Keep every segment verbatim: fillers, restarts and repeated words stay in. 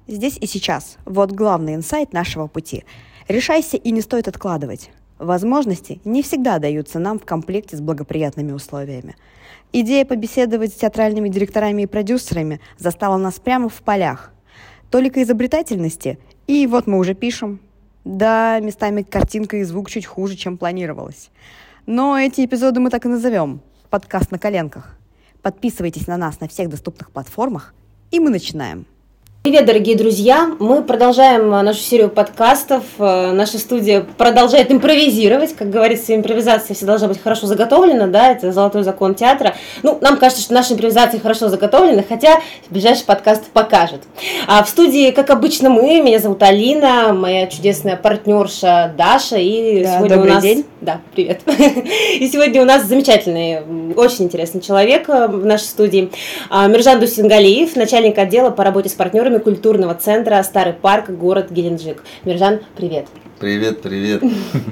Здесь и сейчас. Вот главный инсайт нашего пути. Решайся и не стоит откладывать. Возможности не всегда даются нам в комплекте с благоприятными условиями. Идея побеседовать с театральными директорами и продюсерами застала нас прямо в полях. Только изобретательности, и вот мы уже пишем. Да, местами картинка и звук чуть хуже, чем планировалось. Но эти эпизоды мы так и назовем – подкаст на коленках. Подписывайтесь на нас на всех доступных платформах, и мы начинаем. Привет, дорогие друзья! Мы продолжаем нашу серию подкастов. Наша студия продолжает импровизировать. Как говорится, импровизация всегда должна быть хорошо заготовлена, да, это золотой закон театра. Ну, нам кажется, что наши импровизации хорошо заготовлены, хотя ближайший подкаст покажет. А в студии, как обычно, мы. Меня зовут Алина, моя чудесная партнерша Даша. И да, сегодня добрый у нас... день. Да, привет. И сегодня у нас замечательный, очень интересный человек в нашей студии. Миржан Дусингалиев, начальник отдела по работе с партнерами культурного центра «Старый парк», город Геленджик. Миржан, привет. Привет, привет.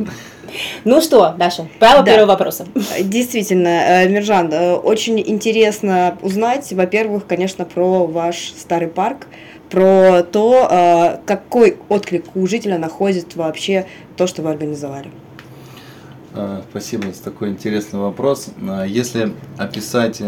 Ну что, Даша, право да. первого вопроса. Действительно, Миржан, очень интересно узнать, во-первых, конечно, про ваш «Старый парк», про то, какой отклик у жителя находит вообще то, что вы организовали. Спасибо за такой интересный вопрос. Если описать,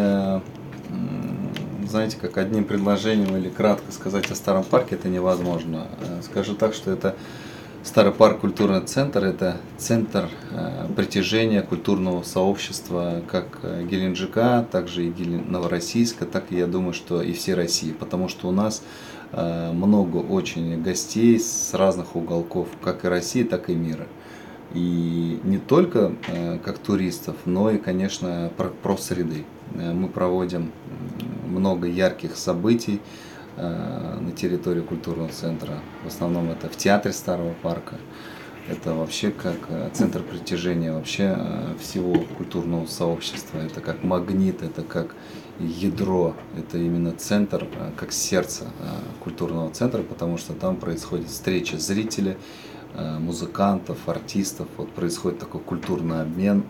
знаете, как одним предложением или кратко сказать о Старом парке, это невозможно. Скажу так, что это Старый парк культурный центр, это центр притяжения культурного сообщества как Геленджика, также и Новороссийска, так и я думаю, что и всей России, потому что у нас много очень гостей с разных уголков, как и России, так и мира. И не только э, как туристов, но и, конечно, профсреды. Мы проводим много ярких событий э, на территории культурного центра. В основном это в театре Старого парка. Это вообще как центр притяжения вообще э, всего культурного сообщества. Это как магнит, это как ядро. Это именно центр, э, как сердце э, культурного центра, потому что там происходит встреча зрителей, музыкантов, артистов, вот происходит такой культурный обмен,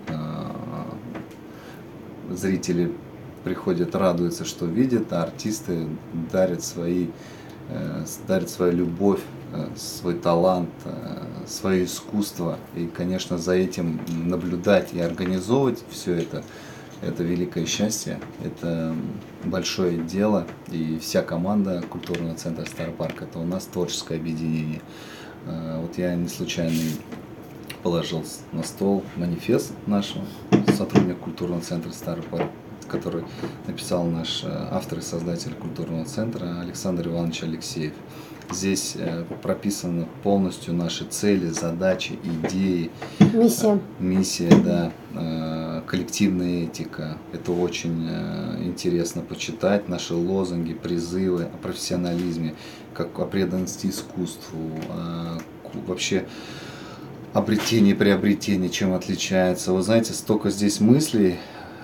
зрители приходят, радуются, что видят, а артисты дарят свои, дарят свою любовь, свой талант, свое искусство, и, конечно, за этим наблюдать и организовывать все это, это великое счастье, это большое дело, и вся команда культурного центра Старый парк, это у нас творческое объединение. Вот я не случайно положил на стол манифест нашего сотрудника культурного центра Старый парк, который написал наш автор и создатель культурного центра Александр Иванович Алексеев. Здесь прописаны полностью наши цели, задачи, идеи. Миссия. Миссия, да. Коллективная этика. Это очень интересно почитать. Наши лозунги, призывы о профессионализме, как о преданности искусству, вообще обретение и приобретение, чем отличается. Вы знаете, столько здесь мыслей,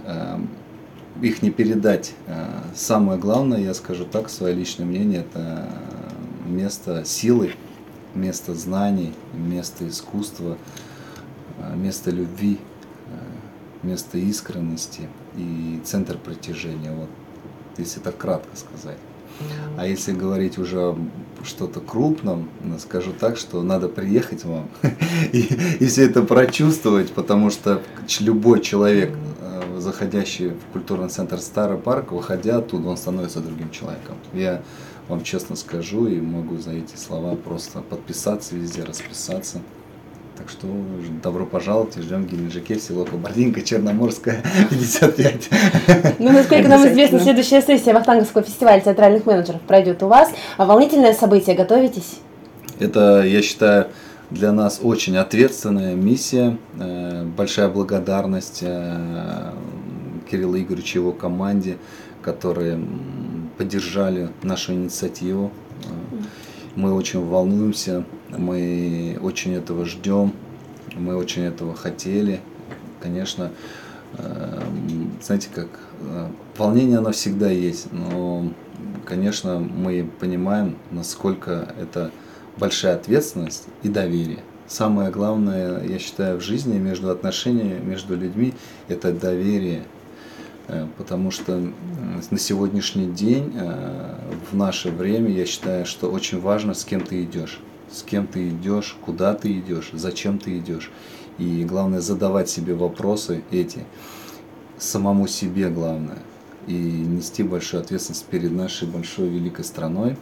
их не передать. Самое главное, я скажу так, свое личное мнение, это место силы, место знаний, место искусства, место любви, место искренности и центр притяжения. Вот, если так кратко сказать. А если говорить уже о что-то крупном, скажу так, что надо приехать вам и, и все это прочувствовать, потому что любой человек, заходящий в культурный центр Старый парк, выходя оттуда, он становится другим человеком. Я вам честно скажу и могу за эти слова просто подписаться везде, расписаться. Так что добро пожаловать и ждем в Геленджике, в село Кабардинка, Черноморская, пятьдесят пять. Ну, насколько нам известно, следующая сессия Вахтанговского фестиваля театральных менеджеров пройдет у вас. А волнительное событие, готовитесь? Это, я считаю, для нас очень ответственная миссия. Большая благодарность Кириллу Игоревичу и его команде, которые поддержали нашу инициативу. Мы очень волнуемся, мы очень этого ждем, мы очень этого хотели. Конечно, знаете как, волнение оно всегда есть, но, конечно, мы понимаем, насколько это большая ответственность и доверие. Самое главное, я считаю, в жизни между отношениями между людьми – это доверие. Потому что на сегодняшний день, в наше время, я считаю, что очень важно, с кем ты идешь. С кем ты идешь, куда ты идешь, зачем ты идешь. И главное, задавать себе вопросы эти, самому себе главное. И нести большую ответственность перед нашей большой великой страной.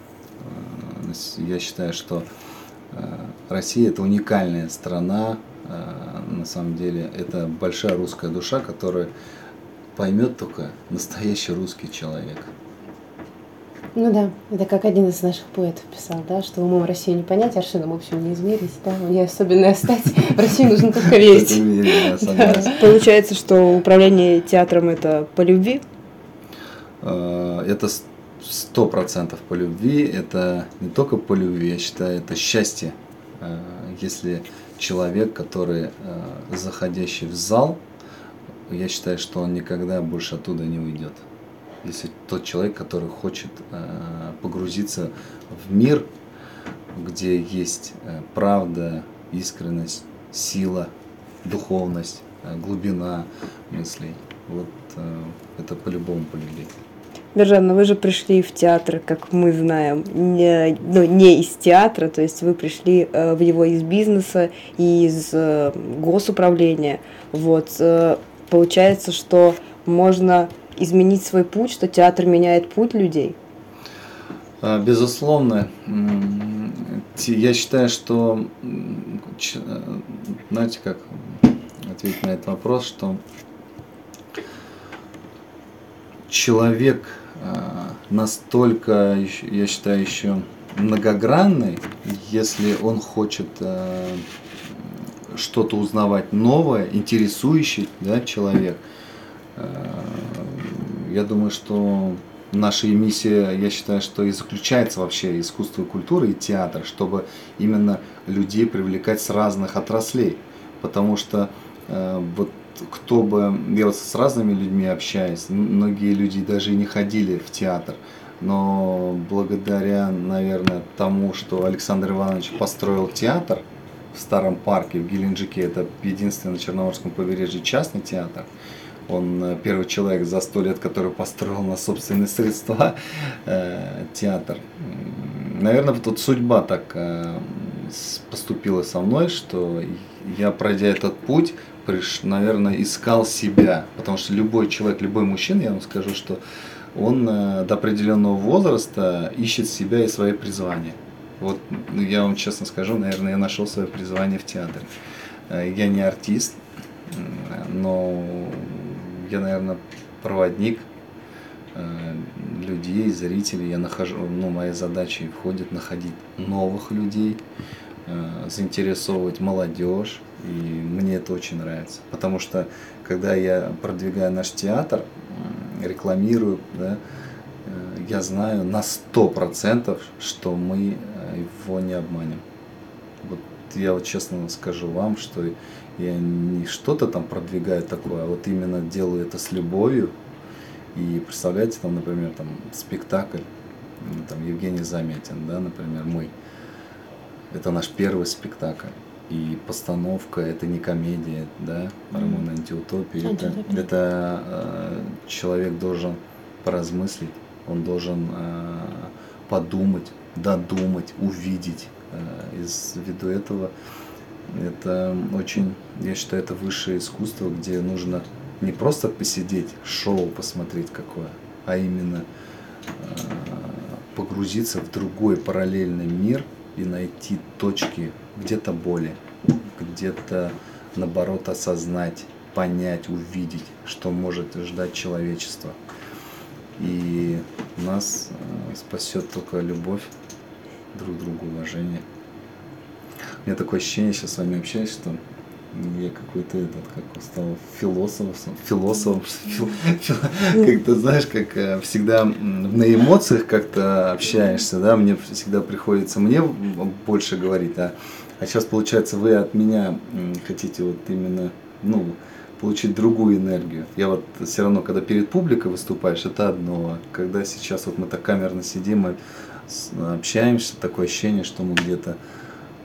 Я считаю, что Россия – это уникальная страна. На самом деле, это большая русская душа, которая поймет только настоящий русский человек. Ну да, это как один из наших поэтов писал, да, что умом Россию не понять, аршином, в общем, не измерить, да, я особенная стать, в Россию нужно только верить. Получается, что управление театром это по любви? Это сто процентов по любви, это не только по любви, я считаю, это счастье. Если человек, который заходящий в зал, я считаю, что он никогда больше оттуда не уйдет. Если тот человек, который хочет погрузиться в мир, где есть правда, искренность, сила, духовность, глубина мыслей, вот это по-любому по любви. Биржан, но вы же пришли в театр, как мы знаем, не, ну, не из театра, то есть вы пришли э, в его из бизнеса и из э, госуправления. Вот, э, получается, что можно изменить свой путь, что театр меняет путь людей? Безусловно. Я считаю, что, знаете, как ответить на этот вопрос, что человек настолько, я считаю, еще многогранный, если он хочет что-то узнавать новое, интересующий, да, человек. Я думаю, что наша миссия, я считаю, что и заключается вообще искусство и культура, и театр, чтобы именно людей привлекать с разных отраслей. Потому что вот кто бы, я вот с разными людьми общаюсь, многие люди даже и не ходили в театр, но благодаря, наверное, тому, что Александр Иванович построил театр в Старом парке в Геленджике, это единственный на Черноморском побережье частный театр, он первый человек за сто лет, который построил на собственные средства э, театр. Наверное, вот судьба так э, поступила со мной, что я, пройдя этот путь, приш, наверное, искал себя. Потому что любой человек, любой мужчина, я вам скажу, что он э, до определенного возраста ищет себя и свое призвание. Вот я вам честно скажу, наверное, я нашел свое призвание в театре. Э, я не артист, но я, наверное, проводник э, людей, зрителей. Я нахожу, ну, моей задачей входит находить новых людей, э, заинтересовывать молодежь. И мне это очень нравится. Потому что, когда я продвигаю наш театр, э, рекламирую, да, э, я знаю на сто процентов, что мы его не обманем. Вот я вот честно скажу вам, что я не что-то там продвигаю такое, а вот именно делаю это с любовью. И представляете, там, например, там спектакль, там Евгений Заметин, да, например, мы. Это наш первый спектакль. И постановка, это не комедия, да, роман антиутопии. Это, это э, человек должен поразмыслить, он должен э, подумать, додумать, увидеть. Э, из ввиду этого это очень, я считаю, это высшее искусство, где нужно не просто посидеть, шоу посмотреть какое, а именно э, погрузиться в другой параллельный мир и найти точки где-то боли, где-то, наоборот, осознать, понять, увидеть, что может ждать человечество. И нас э, спасет только любовь, друг к другу уважение. У меня такое ощущение, сейчас с вами общаюсь, что я какой-то этот, как стал философом, философом, фил, фил, как-то, знаешь, как всегда на эмоциях как-то общаешься, да, мне всегда приходится мне больше говорить, а, а сейчас, получается, вы от меня хотите вот именно, ну, получить другую энергию. Я вот все равно, когда перед публикой выступаешь, это одно, когда сейчас вот мы так камерно сидим, мы общаемся, такое ощущение, что мы где-то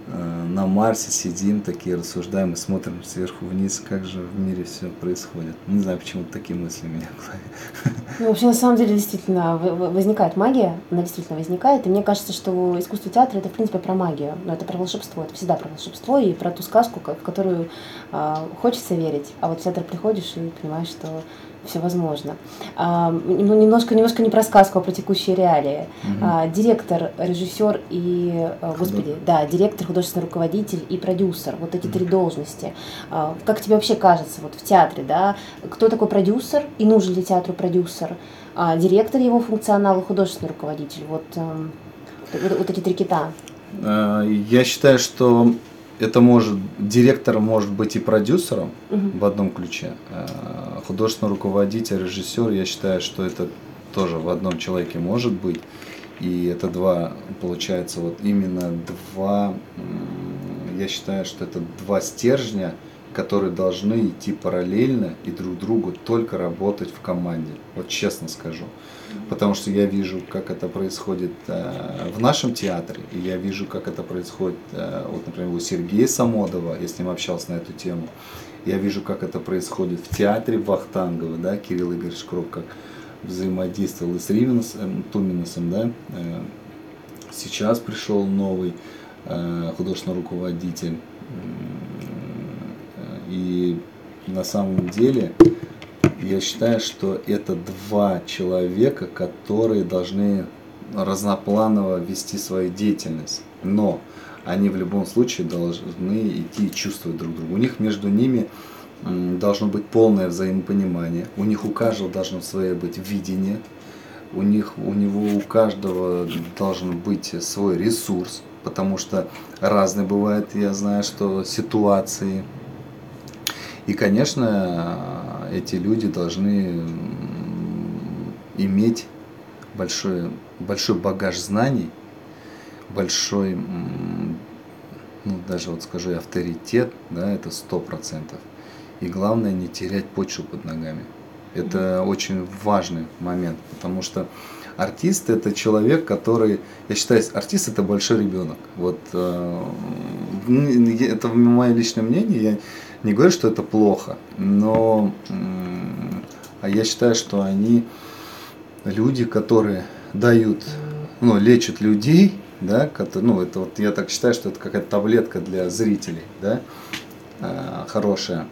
на Марсе сидим, такие рассуждаем и смотрим сверху вниз, как же в мире все происходит. Не знаю, почему такие мысли у меня в голове. Ну, вообще, на самом деле, действительно, возникает магия, она действительно возникает, и мне кажется, что искусство театра – это, в принципе, про магию, но это про волшебство, это всегда про волшебство и про ту сказку, в которую а, хочется верить, а вот в театр приходишь и понимаешь, что все возможно. А, немножко, немножко не про сказку, а про текущие реалии. Угу. А, директор, режиссер и, господи, да, директор, художественный руководитель и продюсер. Вот эти три должности. А, как тебе вообще кажется, вот в театре, да, кто такой продюсер и нужен ли театру продюсер? А, директор, его функционал и художественный руководитель. Вот, а, вот, вот эти три кита. Я считаю, что это может, директор может быть и продюсером uh-huh. в одном ключе. Художественный руководитель, режиссер, я считаю, что это тоже в одном человеке может быть. И это два, получается, вот именно два, я считаю, что это два стержня, которые должны идти параллельно и друг другу только работать в команде. Вот честно скажу. Потому что я вижу, как это происходит э, в нашем театре, и я вижу, как это происходит, э, вот, например, у Сергея Самодова, я с ним общался на эту тему. Я вижу, как это происходит в театре Вахтангова, да, Кирилл Игоревич Круг, как взаимодействовал и с Ривенсом, Туминосом, да. Э, сейчас пришел новый э, художественный руководитель. И на самом деле я считаю, что это два человека, которые должны разнопланово вести свою деятельность. Но они в любом случае должны идти и чувствовать друг друга. У них между ними должно быть полное взаимопонимание. У них у каждого должно свое быть видение. У них, у него у каждого должен быть свой ресурс. Потому что разные бывают, я знаю, что ситуации. И, конечно, эти люди должны иметь большой, большой багаж знаний, большой, ну, даже вот скажу, авторитет, да, это сто процентов. И главное, не терять почву под ногами. Это mm-hmm. очень важный момент, потому что артист – это человек, который, я считаю, артист – это большой ребенок. Вот, э, это мое личное мнение, я не говорю, что это плохо, но а я считаю, что они люди, которые дают, ну, лечат людей, да, которые, ну, это вот я так считаю, что это какая-то таблетка для зрителей, да, э, хорошая.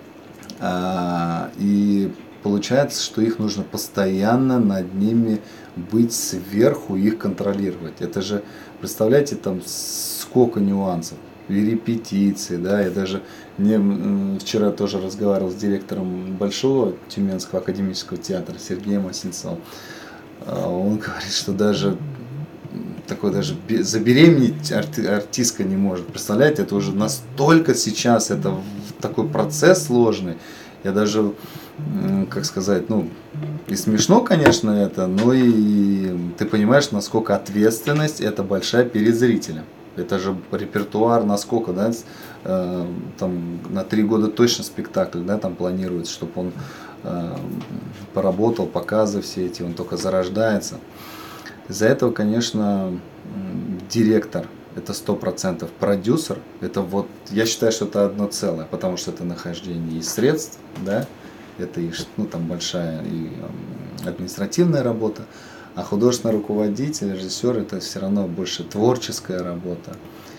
А, и получается, что их нужно постоянно над ними быть сверху, их контролировать. Это же, представляете, там сколько нюансов. И репетиции, да, я даже не, вчера тоже разговаривал с директором Большого Тюменского академического театра Сергеем Осинцевым. Он говорит, что даже такой даже забеременеть арти, артистка не может. Представляете, это уже настолько сейчас это такой процесс сложный. Я даже, как сказать, ну, и смешно, конечно, это, но и ты понимаешь, насколько ответственность это большая перед зрителем. Это же репертуар на сколько, да, э, там на три года точно спектакль, да, там планируется, чтобы он э, поработал, показы все эти, он только зарождается. Из-за этого, конечно, директор это сто процентов, продюсер это вот, я считаю, что это одно целое, потому что это нахождение и средств, да, это и, ну, там большая и административная работа. А художественный руководитель, режиссер это все равно больше творческая работа.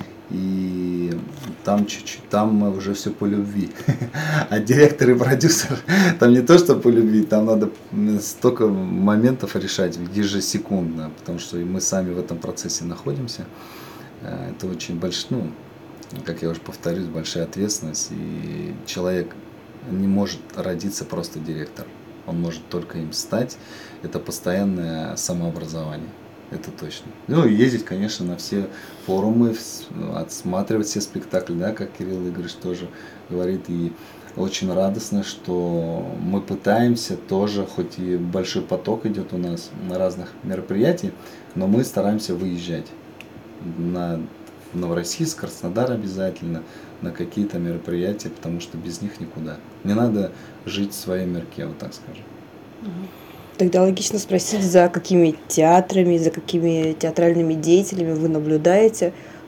И там чуть-чуть, там мы уже все по любви. А директор и продюсер, там не то, что по любви, там надо столько моментов решать ежесекундно, потому что мы сами в этом процессе находимся. Это очень большой, ну, как я уже повторюсь, большая ответственность. И человек не может родиться просто директором. Он может только им стать. Это постоянное самообразование. Это точно. Ну и ездить, конечно, на все форумы, отсматривать все спектакли, да, как Кирилл Игоревич тоже говорит. И очень радостно, что мы пытаемся тоже, хоть и большой поток идет у нас на разных мероприятий, но мы стараемся выезжать на в Новороссийск, Краснодар обязательно, на какие-то мероприятия, потому что без них никуда. Не надо жить в своей мирке, вот так скажем. Тогда логично спросить, за какими театрами, за какими театральными деятелями вы наблюдаете,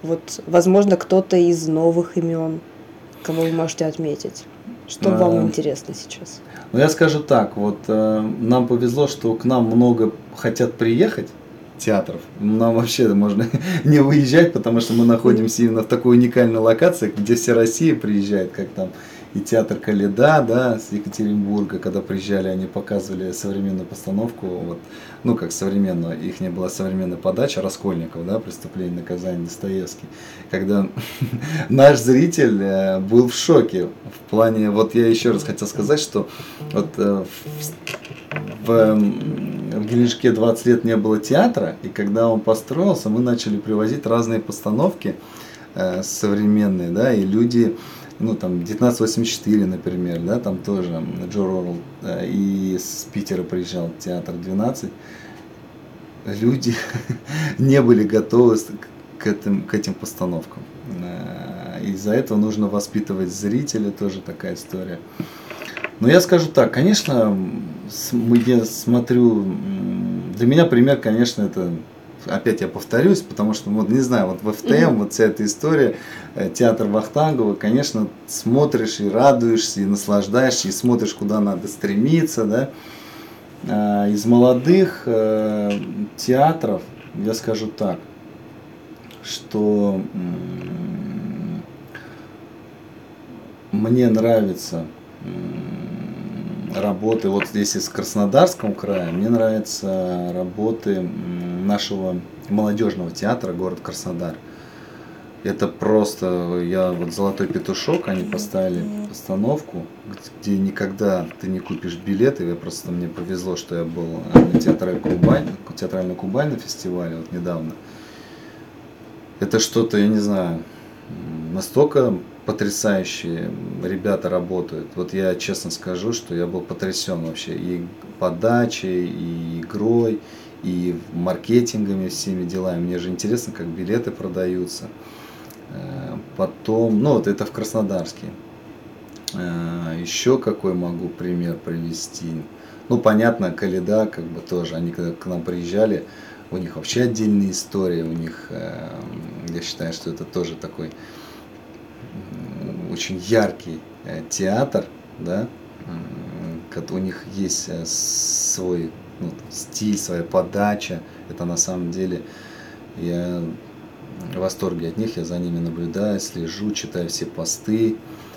Вот, возможно, кто-то из новых имен, кого вы можете отметить. Что вам А, интересно сейчас? Ну, я скажу так, вот э, нам повезло, что к нам много хотят приехать театров. Нам вообще можно не выезжать, потому что мы находимся именно в такой уникальной локации, где вся Россия приезжает, как там и театр Каледа, да, с Екатеринбурга, когда приезжали, они показывали современную постановку, вот, ну, как современную, их не была современная подача Раскольников, да, «Преступление и наказание», Достоевский, когда наш зритель э, был в шоке, в плане, вот я еще раз хотел сказать, что вот э, в, в, в Геленджике двадцать лет не было театра, и когда он построился, мы начали привозить разные постановки э, современные, да, и люди, ну, там, девятнадцать восемьдесят четыре, например, да, там тоже Джо Рорл, э, и с Питера приезжал театр двенадцать, люди не были готовы к этим, к этим постановкам. Из-за этого нужно воспитывать зрителя, тоже такая история. Но я скажу так, конечно, я смотрю, для меня пример, конечно, это, опять я повторюсь, потому что, вот, не знаю, вот в эф тэ эм, mm-hmm. вот вся эта история, театр Вахтангова, конечно, смотришь и радуешься, и наслаждаешься, и смотришь, куда надо стремиться, да. Из молодых э, театров я скажу так, что м- мне нравится м- работы, вот здесь из Краснодарского края, мне нравятся работы м- нашего молодежного театра, город Краснодар. Это просто, я вот «Золотой петушок», они поставили постановку, где никогда ты не купишь билеты. Я просто, мне повезло, что я был на театральной Кубань, театральной Кубань на фестивале вот недавно. Это что-то, я не знаю, настолько потрясающие ребята работают. Вот я честно скажу, что я был потрясен вообще и подачей, и игрой, и маркетингами, всеми делами. Мне же интересно, как билеты продаются. Потом, ну вот это в Краснодарске. Еще какой могу пример привести? Ну, понятно, Каледа, как бы тоже, они когда к нам приезжали, у них вообще отдельная история, у них, я считаю, что это тоже такой очень яркий театр, да, у них есть свой, ну, стиль, своя подача, это на самом деле, я в восторге от них, я за ними наблюдаю, слежу, читаю все посты.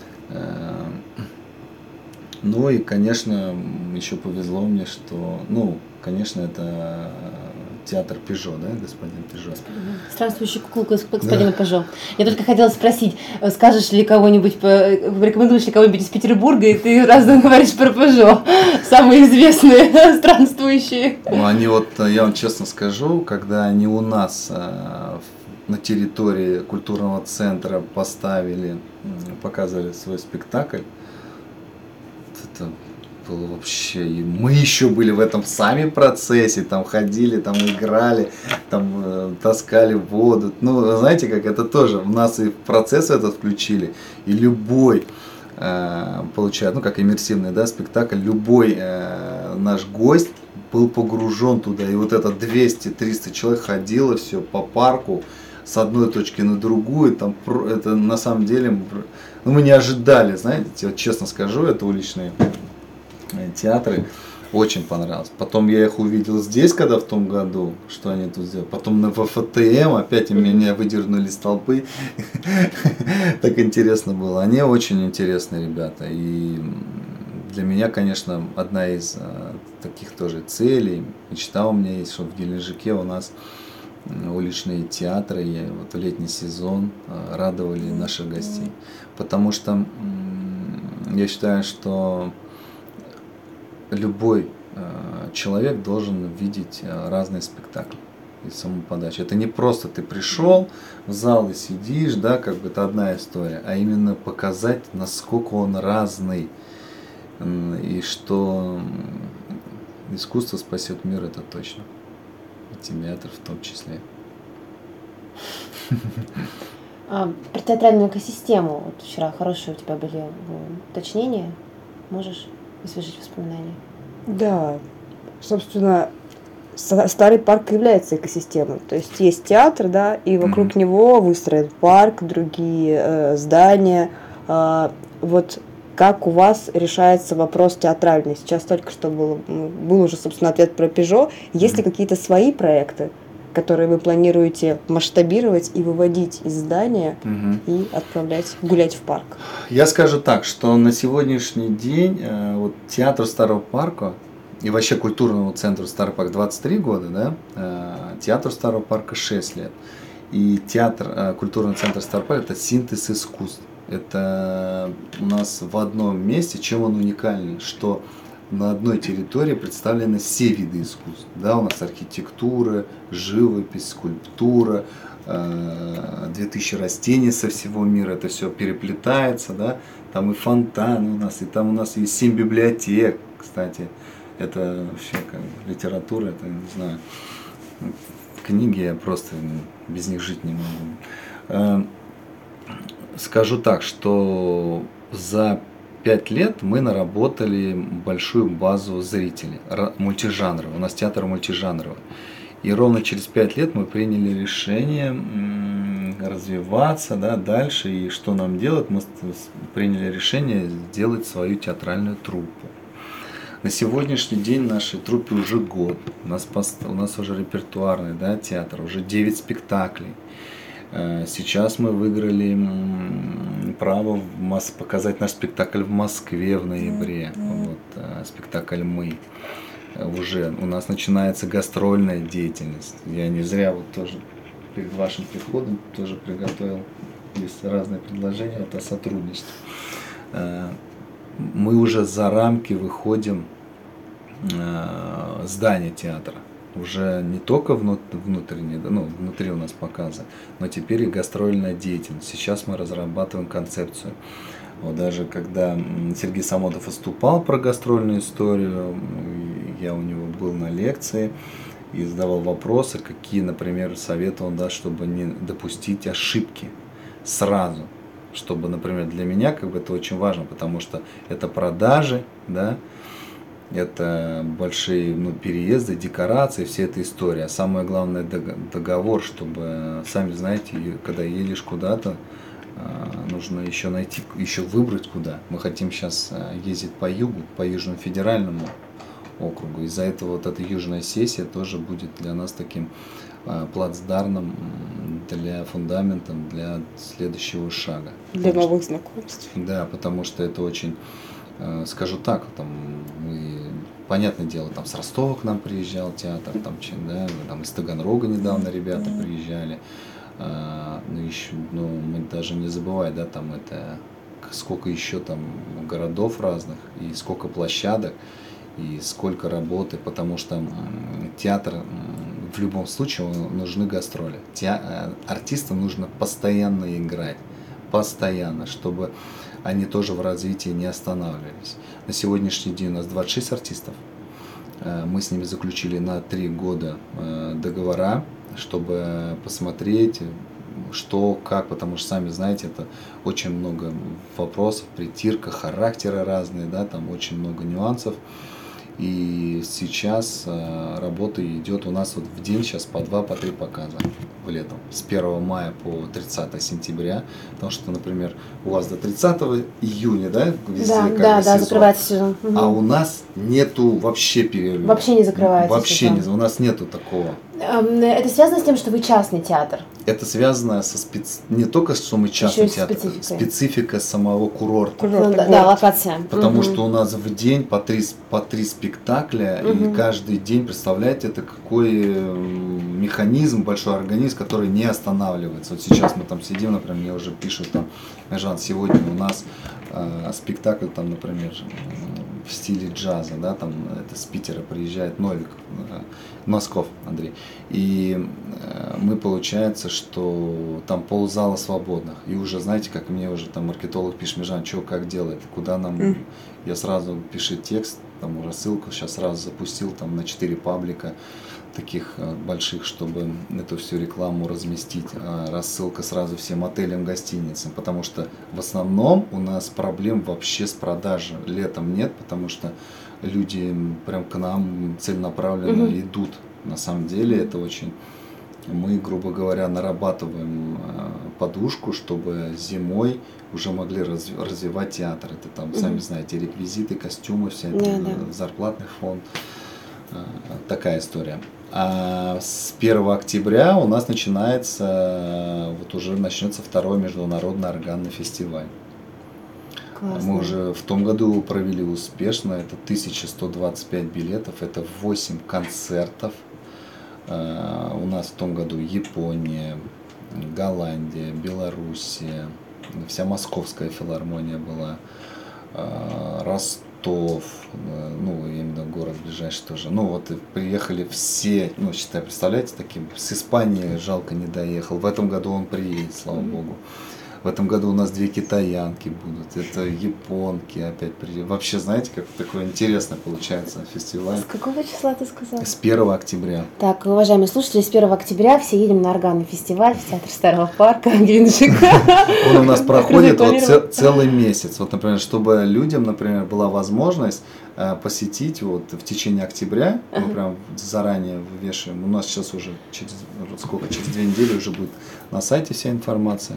Ну и, конечно, еще повезло мне, что, ну, конечно, это театр Пежо, да, господин Пежо? Странствующая куколка господина да. Пежо. Я только хотела спросить, скажешь ли кого-нибудь, порекомендуешь ли кого-нибудь из Петербурга, и ты разом говоришь про Пежо, самые известные странствующие. Ну, они вот, я вам честно скажу, когда они у нас на территории культурного центра поставили, показывали свой спектакль, это было вообще, и мы еще были в этом сами процессе, там ходили, там играли, там э, таскали воду, ну, знаете, как это тоже, в нас и в процесс этот включили, и любой, э, получает, ну, как иммерсивный, да, спектакль, любой э, наш гость был погружен туда, и вот это двести-триста человек ходило все по парку, с одной точки на другую, там, это на самом деле, ну, мы не ожидали, знаете, вот честно скажу, это уличные театры, очень понравилось. Потом я их увидел здесь, когда в том году, что они тут сделали. Потом на эф тэ эм опять меня выдернули из толпы. Так интересно было. Они очень интересные ребята. И для меня, конечно, одна из таких тоже целей, мечта у меня есть, чтобы в Геленджике у нас уличные театры, и вот в летний сезон радовали наших гостей. Потому что я считаю, что любой э, человек должен видеть э, разные спектакли и саму подачу. Это не просто ты пришел в зал и сидишь, да, как бы это одна история, а именно показать, насколько он разный, и что искусство спасет мир, это точно. И театр в том числе. А, про театральную экосистему. Вот вчера хорошие у тебя были уточнения. Можешь освежить воспоминания? Да, собственно, старый парк является экосистемой. То есть есть театр, да, и вокруг mm-hmm. него выстроен парк, другие э, здания. Э, вот как у вас решается вопрос театральный? Сейчас только что был, был уже, собственно, ответ про Пежо. Есть mm-hmm. ли какие-то свои проекты, которые вы планируете масштабировать и выводить из здания mm-hmm. и отправлять гулять в парк? Я скажу так, что на сегодняшний день э, вот театр Старого парка и вообще культурному центру Старый парк двадцать три года, да, э, театру Старого парка шесть лет. И театр, э, культурный центр Старый парк — это синтез искусств. Это у нас в одном месте, чем он уникальный, что на одной территории представлены все виды искусств. Да, у нас архитектура, живопись, скульптура, э, две тысячи растений со всего мира, это все переплетается, да, там и фонтаны у нас, и там у нас есть семь библиотек, кстати. Это вообще как литература, это, не знаю, книги, я просто без них жить не могу. Скажу так, что за пять лет мы наработали большую базу зрителей, мультижанровых. У нас театр мультижанровый. И ровно через пять лет мы приняли решение развиваться, да, дальше. И что нам делать? Мы приняли решение сделать свою театральную труппу. На сегодняшний день нашей труппе уже год. У нас, у нас уже репертуарный, да, театр, уже девять спектаклей. Сейчас мы выиграли право показать наш спектакль в Москве в ноябре. Вот, спектакль «Мы». Уже у нас начинается гастрольная деятельность. Я не зря вот тоже перед вашим приходом тоже приготовил здесь разные предложения вот, о сотрудничестве. Мы уже за рамки выходим здания театра. Уже не только внутренние, ну, внутри у нас показы, но теперь и гастрольная деятельность. Сейчас мы разрабатываем концепцию. Вот даже когда Сергей Самодов выступал про гастрольную историю, я у него был на лекции и задавал вопросы, какие, например, советы он даст, чтобы не допустить ошибки сразу. Чтобы, например, для меня как бы это очень важно, потому что это продажи, да, это большие, ну, переезды, декорации, вся эта история. А самое главное договор, чтобы, сами знаете, когда едешь куда-то, нужно еще найти, еще выбрать куда. Мы хотим сейчас ездить по югу, по Южному федеральному округу. Из-за этого вот эта южная сессия тоже будет для нас таким плацдармом, для фундаментом, для следующего шага. Для потому новых что, знакомств. Да, потому что это очень, скажу так, там мы, понятное дело, там с Ростова к нам приезжал театр, там, да, там из Таганрога недавно ребята mm-hmm. приезжали. А, ну, еще, ну, мы даже не забываем, да, там это сколько еще там городов разных и сколько площадок и сколько работы, потому что театр в любом случае нужны гастроли. Те, артистам нужно постоянно играть, постоянно, чтобы они тоже в развитии не останавливались. На сегодняшний день у нас двадцать шесть артистов. Мы с ними заключили на три года договора, чтобы посмотреть, что, как, потому что, сами знаете, это очень много вопросов, притирка, характеры разные, да, там очень много нюансов. И сейчас э, работа идет у нас вот в день сейчас по два, по три показа в летом. С первого мая по тридцатое сентября. Потому что, например, у вас до тридцатого июня, да, везде да, как да, бы да, сезон. Закрывается сезон. Угу. А у нас нету вообще перерыва. Вообще не закрывается Вообще сезон. не, у нас нету такого. Это связано с тем, что вы частный театр? Это связано со специ... не только что мы частный театр, специфика самого курорта. Курорт, да, да, локация. Потому угу. что у нас в день по три, по три спектакля, угу. и каждый день, представляете, это какой механизм, большой организм, который не останавливается. Вот сейчас мы там сидим, например, мне уже пишут там, Жан, сегодня у нас э, спектакль там, например, в стиле джаза, да, там это с Питера приезжает Новик, э, Носков Андрей, и э, мы, получается, что там ползала свободных, и уже, знаете, как мне уже там маркетолог пишет, Межан, что, как делает, куда нам, mm. я сразу пишу текст, там рассылку, сейчас сразу запустил там на четыре паблика, таких э, больших, чтобы эту всю рекламу разместить, а рассылка сразу всем отелям, гостиницам, потому что в основном у нас проблем вообще с продажей летом нет, потому что люди прям к нам целенаправленно mm-hmm. идут На самом деле это очень... Мы, грубо говоря, нарабатываем подушку, чтобы зимой уже могли развивать театр. Это там, mm-hmm. сами знаете, реквизиты, костюмы, вся это, yeah, yeah. зарплатный фонд. Такая история. А с первого октября у нас начинается, вот уже начнется второй международный органный фестиваль. Классно. Мы уже в том году провели успешно, это тысяча сто двадцать пять билетов, это восемь концертов. У нас в том году Япония, Голландия, Белоруссия, вся Московская филармония была, Ростов, ну, именно город ближайший тоже. Ну, вот приехали все, ну, считай, представляете, таким, с Испании жалко не доехал. В этом году он приедет, слава богу. В этом году у нас две китаянки будут, это японки опять приедут. Вообще, знаете, как такой интересный получается фестиваль. С какого числа ты сказал? С первого октября. Так, уважаемые слушатели, с первого октября все едем на органный фестиваль в Театр Старого Парка, Геленджик. Он у нас проходит вот целый месяц. Вот, например, чтобы людям, например, была возможность посетить вот в течение октября, мы прям заранее вывешиваем. У нас сейчас уже через сколько, через две недели уже будет на сайте вся информация.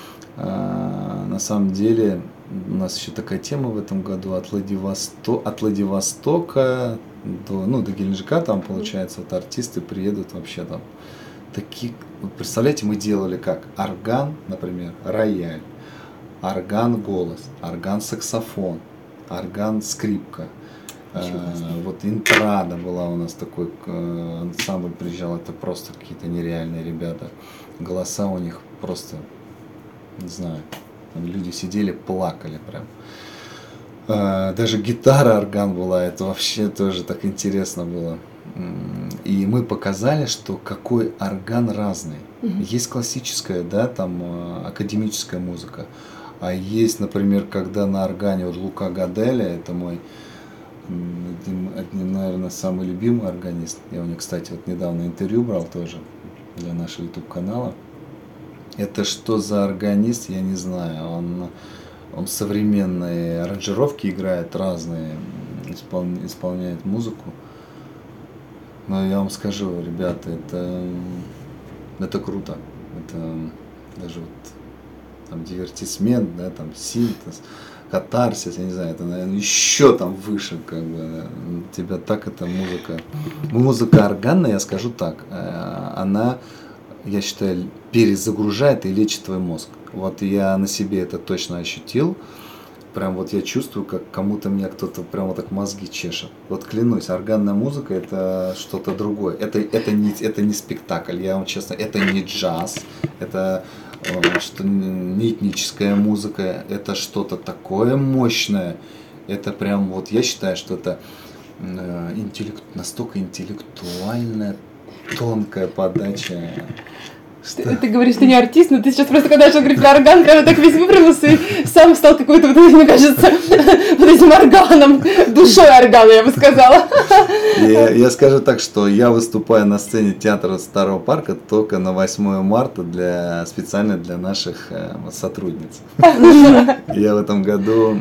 На самом деле у нас еще такая тема в этом году от, Владивосто... от Владивостока до, ну, до Геленджика, там получается, вот артисты приедут вообще там такие, вот представляете, мы делали как орган, например, рояль, орган голос, орган саксофон, орган скрипка. А, вот Интрада была у нас такой ансамбль приезжал, это просто какие-то нереальные ребята, голоса у них просто, не знаю, там люди сидели, плакали прям. А, даже гитара, орган была, это вообще тоже так интересно было. И мы показали, что какой орган разный. Mm-hmm. Есть классическая, да, там академическая музыка, а есть, например, когда на органе вот Лука Гаделя, это мой один, один, наверное, самый любимый органист. Я у него, кстати, вот недавно интервью брал тоже для нашего YouTube канала. Это что за органист, я не знаю. Он, он современные аранжировки играет, разные, испол, исполняет музыку. Но я вам скажу, ребята, это, это круто. Это даже вот там дивертисмент, да, там синтез, катарсис, я не знаю, это, наверное, еще там выше, как бы, тебя так эта музыка. Музыка органная, я скажу так, она, я считаю, перезагружает и лечит твой мозг. Вот я на себе это точно ощутил. Прям вот я чувствую, как кому-то мне кто-то прям вот так мозги чешет. Вот клянусь, органная музыка это что-то другое. Это, это, не, это не спектакль, я вам честно, это не джаз, это что, не этническая музыка, это что-то такое мощное. Это прям вот я считаю, что это э, интеллект, настолько интеллектуальная, тонкая подача. Ты, ты говоришь, ты не артист, но ты сейчас просто, когда начал говорить про орган, прямо так весь выпрямился и сам стал какой-то, вот, мне кажется, вот этим органом, душой органа, я бы сказала. Я, я скажу так, что я выступаю на сцене театра Старого Парка только на восьмое марта для, специально для наших э, сотрудниц. Я в этом году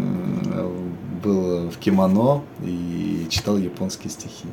был в кимоно и читал японские стихи.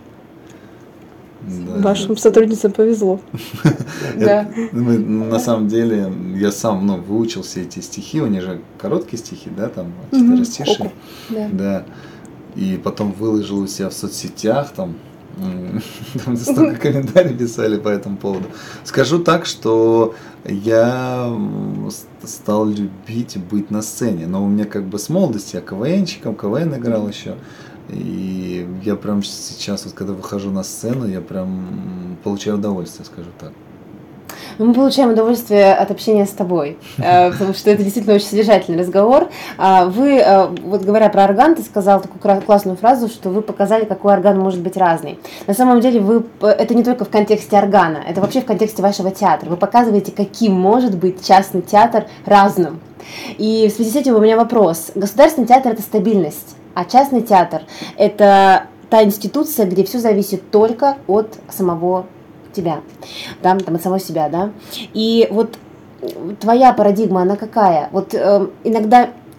Да. Вашим сотрудницам повезло. Да. На самом деле, я сам ну, выучил все эти стихи, у них же короткие стихи, да, там, четверостишие. Да. Да. И потом выложил у себя в соцсетях, там, там столько комментариев писали по этому поводу. Скажу так, что я стал любить быть на сцене, но у меня как бы с молодости, я КВНчиком, КВН играл еще. И я прям сейчас, вот когда выхожу на сцену, я прям получаю удовольствие, скажу так. Мы получаем удовольствие от общения с тобой, потому что это действительно очень содержательный разговор. Вы, вот говоря про орган, ты сказал такую классную фразу, что вы показали, какой орган может быть разный. На самом деле вы, это не только в контексте органа, это вообще в контексте вашего театра. Вы показываете, каким может быть частный театр разным. И в связи с этим у меня вопрос. Государственный театр – это стабильность. А частный театр – это та институция, где все зависит только от самого тебя, да, там, от самого себя, да. И вот твоя парадигма, она какая? Вот э, иногда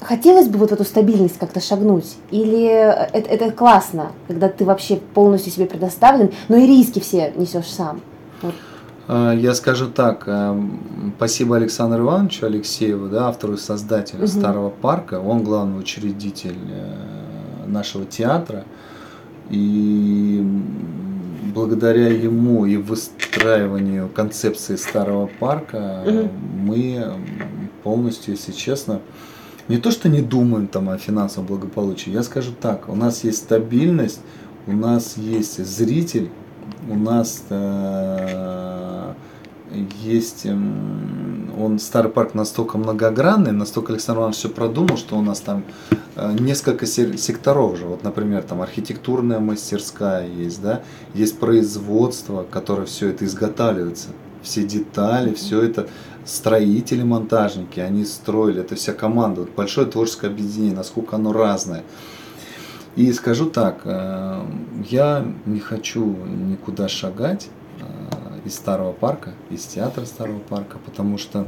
хотелось бы вот в эту стабильность как-то шагнуть? Или это, это классно, когда ты вообще полностью себе предоставлен, но и риски все несешь сам? Вот. Я скажу так, спасибо Александру Ивановичу Алексееву, да, автору и создателю угу. Старого парка, он главный учредитель нашего театра, и благодаря ему и выстраиванию концепции Старого парка угу. мы полностью, если честно, не то что не думаем там о финансовом благополучии, я скажу так, у нас есть стабильность, у нас есть зритель, у нас э, есть, э, он, Старый парк настолько многогранный, настолько Александр Иванович все продумал, что у нас там э, несколько секторов же, вот, например, там архитектурная мастерская есть, да, есть производство, которое все это изготавливается, все детали, все это строители, монтажники, они строили, это вся команда, вот большое творческое объединение, насколько оно разное. И скажу так, я не хочу никуда шагать из Старого парка, из театра Старого парка, потому что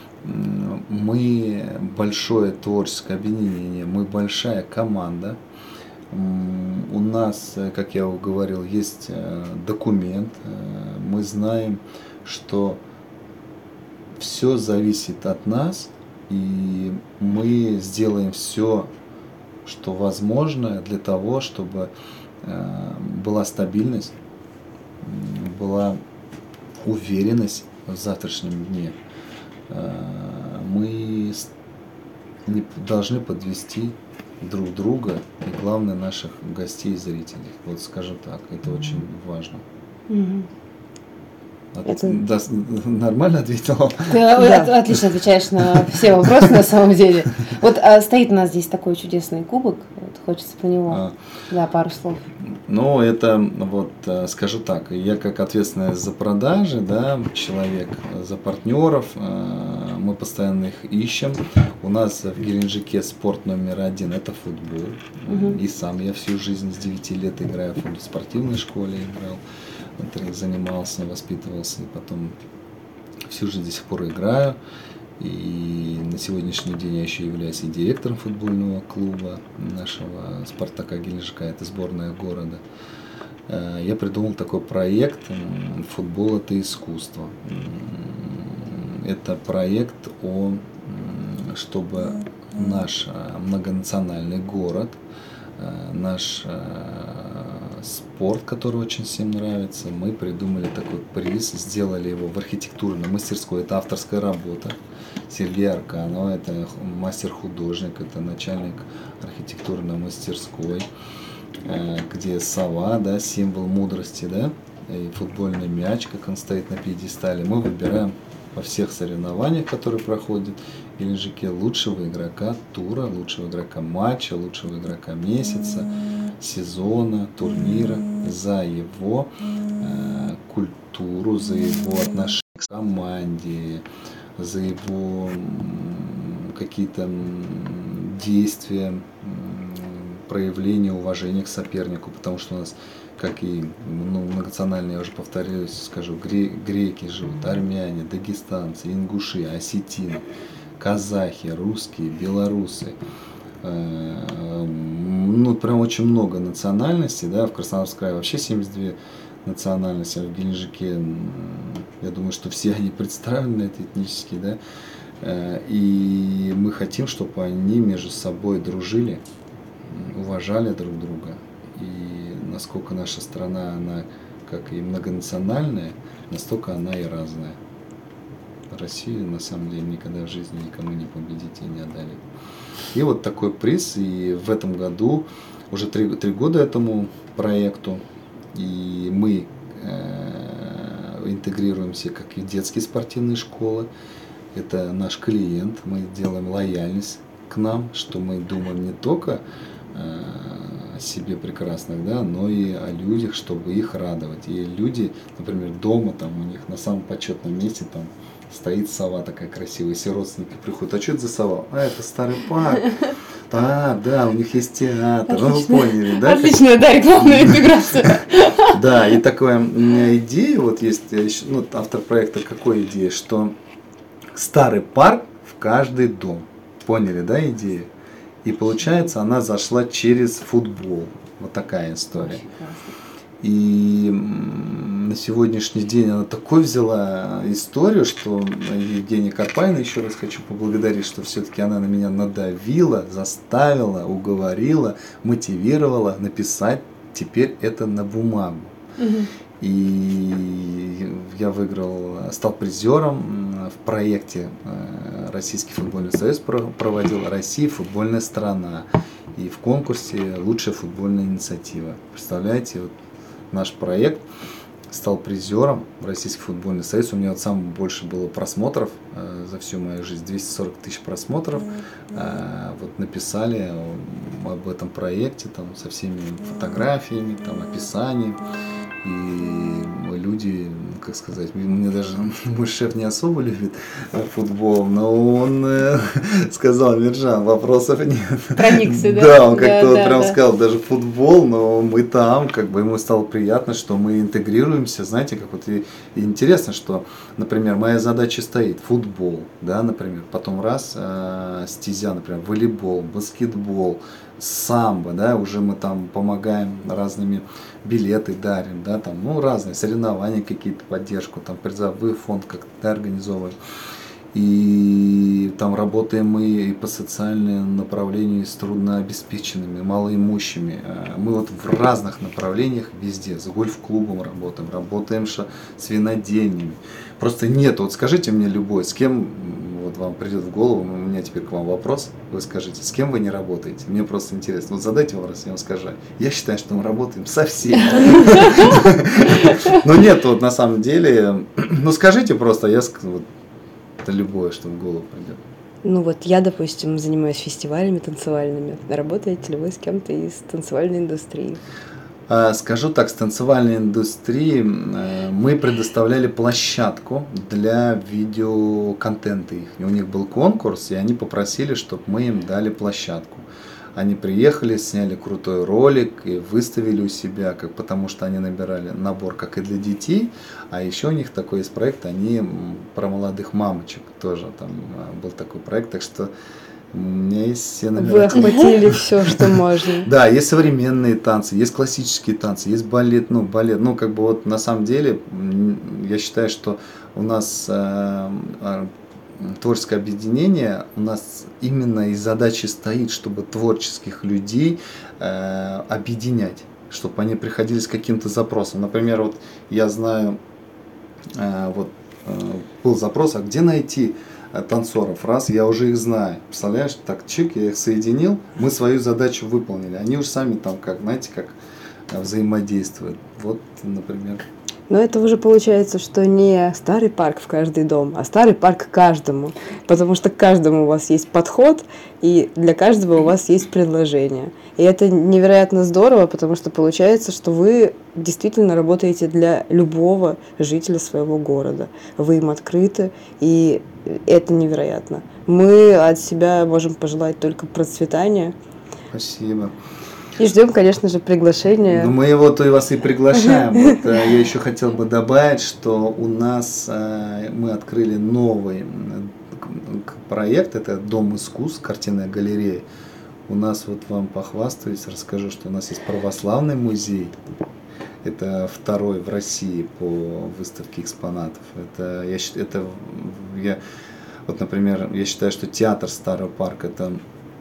мы большое творческое объединение, мы большая команда. У нас, как я говорил, есть документ, мы знаем, что все зависит от нас, и мы сделаем все, что возможно для того, чтобы э, была стабильность, была уверенность в завтрашнем дне. Э, мы не должны подвести друг друга и, главное, наших гостей и зрителей. Вот скажу так, это очень важно. Mm-hmm. Это... Да, нормально ответила? Ты да. Отлично отвечаешь на все вопросы на самом деле. Вот а, стоит у нас здесь такой чудесный кубок, вот, хочется по нему, а, да, пару слов. Ну, это, вот, скажу так, я как ответственный за продажи, да, человек, за партнеров, мы постоянно их ищем. У нас в Геленджике спорт номер один – это футбол. Угу. И сам я всю жизнь с девяти лет играю в спортивной школе, играл. Занимался, воспитывался, и потом всю жизнь до сих пор играю. И на сегодняшний день я еще являюсь и директором футбольного клуба нашего Спартака Геленджика, это сборная города. Я придумал такой проект «Футбол – это искусство». Это проект о, чтобы наш многонациональный город, наш спорт, который очень всем нравится, мы придумали такой приз, сделали его в архитектурной мастерской, это авторская работа Сергея Арканова, это мастер-художник, это начальник архитектурной мастерской, где сова, да, символ мудрости, да, и футбольный мяч, как он стоит на пьедестале. Мы выбираем во всех соревнованиях, которые проходят в Геленджике, лучшего игрока тура, лучшего игрока матча, лучшего игрока месяца, сезона, турнира, за его э, культуру, за его отношение к команде, за его м, какие-то м, действия, м, проявление уважения к сопернику, потому что у нас, как и ну, многонациональные, я уже повторюсь, скажу, греки живут, армяне, дагестанцы, ингуши, осетины, казахи, русские, белорусы. Ну, прям очень много национальностей, да, в Краснодарском крае вообще семьдесят две национальности, а в Геленджике, я думаю, что все они представлены, это этнические, да, и мы хотим, чтобы они между собой дружили, уважали друг друга, и насколько наша страна, она как и многонациональная, настолько она и разная. Россию, на самом деле, никогда в жизни никому не победить и не одолеть. И вот такой приз, и в этом году, уже три, три года этому проекту, и мы э, интегрируемся как и детские спортивные школы, это наш клиент, мы делаем лояльность к нам, что мы думаем не только э, о себе прекрасных, да, но и о людях, чтобы их радовать. И люди, например, дома, там у них на самом почетном месте там стоит сова такая красивая, все родственники приходят, а что это за сова? А, это Старый парк. А, да, у них есть театр, ну вы поняли, да? Отличная, да, рекламная интеграция. Да, и такая у меня идея, вот есть, ну, автор проекта какой идея, что Старый парк в каждый дом. Поняли, да, идею? И получается, она зашла через футбол. Вот такая история. И на сегодняшний день она такой взяла историю, что Евгения Карпайна, еще раз хочу поблагодарить, что все-таки она на меня надавила, заставила, уговорила, мотивировала написать теперь это на бумагу. Угу. И я выиграл, стал призером в проекте Российский футбольный союз проводил «Россия футбольная страна». И в конкурсе «Лучшая футбольная инициатива». Представляете, вот наш проект стал призером в Российский футбольный союз. У меня вот самое больше было просмотров э, за всю мою жизнь, двести сорок тысяч просмотров. Э, вот написали об этом проекте там, со всеми фотографиями, там, описанием. И люди, как сказать, мне даже мой шеф не особо любит футбол, но он э, сказал: Миржан, вопросов нет. Проникся, да? Да, он как-то да, вот да, прям да. сказал, даже футбол, но мы там, как бы ему стало приятно, что мы интегрируемся, знаете, как вот и, и интересно, что, например, моя задача стоит футбол, да, например, потом раз э, стезя, например, волейбол, баскетбол, самбо, да, уже мы там помогаем разными билеты дарим, да, там, ну, разные соревнования какие-то, поддержку, там, призовой фонд как-то организовываем. И там работаем мы и по социальному направлению с труднообеспеченными, малоимущими. Мы вот в разных направлениях везде, с гольф-клубом работаем, работаем с винодельнями. Просто нет, вот скажите мне любой, с кем вот вам придет в голову, у меня теперь к вам вопрос, вы скажите, с кем вы не работаете? Мне просто интересно. Вот задайте вопрос, я вам скажу. Я считаю, что мы работаем со всеми. Но нет, вот на самом деле, ну скажите просто, я скажу. Это любое, что в голову придет. Ну вот я, допустим, занимаюсь фестивалями танцевальными. Работаете ли вы с кем-то из танцевальной индустрии? Скажу так, с танцевальной индустрией мы предоставляли площадку для видеоконтента их. И у них был конкурс, и они попросили, чтобы мы им дали площадку. Они приехали, сняли крутой ролик и выставили у себя, как, потому что они набирали набор как и для детей, а еще у них такой есть проект, они про молодых мамочек тоже, там был такой проект, так что у меня есть все номера. Вы охватили все, что можно. Да, есть современные танцы, есть классические танцы, есть балет, ну балет, ну как бы вот на самом деле я считаю, что у нас творческое объединение, у нас именно и задача стоит, чтобы творческих людей э, объединять, чтобы они приходили с каким-то запросом. Например, вот я знаю, э, вот э, был запрос, а где найти э, танцоров? Раз, я уже их знаю. Представляешь, так, чик, я их соединил, мы свою задачу выполнили. Они уж сами там, как, знаете, как э, взаимодействуют. Вот, например. Но это уже получается, что не старый парк в каждый дом, а старый парк каждому. Потому что к каждому у вас есть подход, и для каждого у вас есть предложение. И это невероятно здорово, потому что получается, что вы действительно работаете для любого жителя своего города. Вы им открыты, и это невероятно. Мы от себя можем пожелать только процветания. Спасибо. И ждем, конечно же, приглашения. Ну, мы его то и вас и приглашаем. Вот, я еще хотел бы добавить, что у нас мы открыли новый проект, это Дом искусств, картинная галерея. У нас, вот вам похвастаюсь, расскажу, что у нас есть православный музей. Это второй в России по выставке экспонатов. Это, я, это, я, вот, например, я считаю, что театр Старый парк это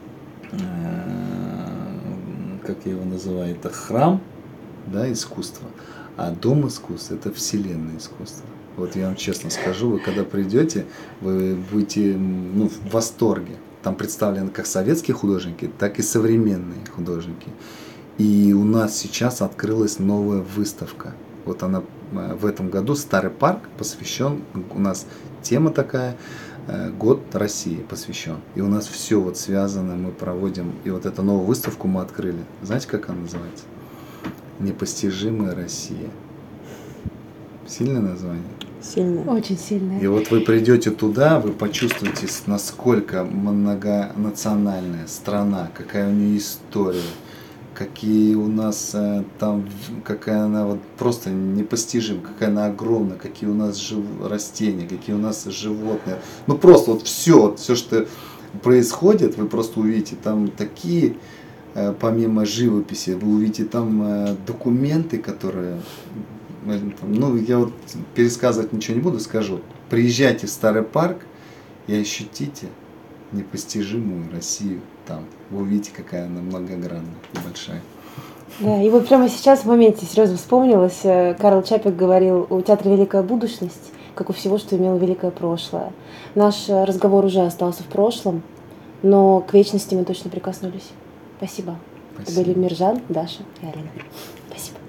как я его называю, это храм, да, искусства, а дом искусств – это вселенная искусства. Вот я вам честно скажу, вы когда придете, вы будете ну, в восторге. Там представлены как советские художники, так и современные художники. И у нас сейчас открылась новая выставка. Вот она в этом году, Старый парк посвящен, у нас тема такая, Год России посвящен. И у нас все вот связано, мы проводим. И вот эту новую выставку мы открыли. Знаете, как она называется? Непостижимая Россия. Сильное название? Сильное. Очень сильное. И вот вы придете туда, вы почувствуете, насколько многонациональная страна, какая у нее история, какие у нас э, там, какая она вот просто непостижима, какая она огромная, какие у нас жив... растения, какие у нас животные. Ну просто вот все, вот все, что происходит, вы просто увидите там такие, помимо живописи, вы увидите там документы, которые, ну, я вот пересказывать ничего не буду, скажу. Приезжайте в Старый парк и ощутите непостижимую Россию там. Вы увидите, какая она многогранная и большая. Да, и вот прямо сейчас в моменте серьезно вспомнилось, Карл Чапек говорил, у театра великая будущность, как у всего, что имело великое прошлое. Наш разговор уже остался в прошлом, но к вечности мы точно прикоснулись. Спасибо. Спасибо. Это были Миржан, Даша и Алина. Спасибо.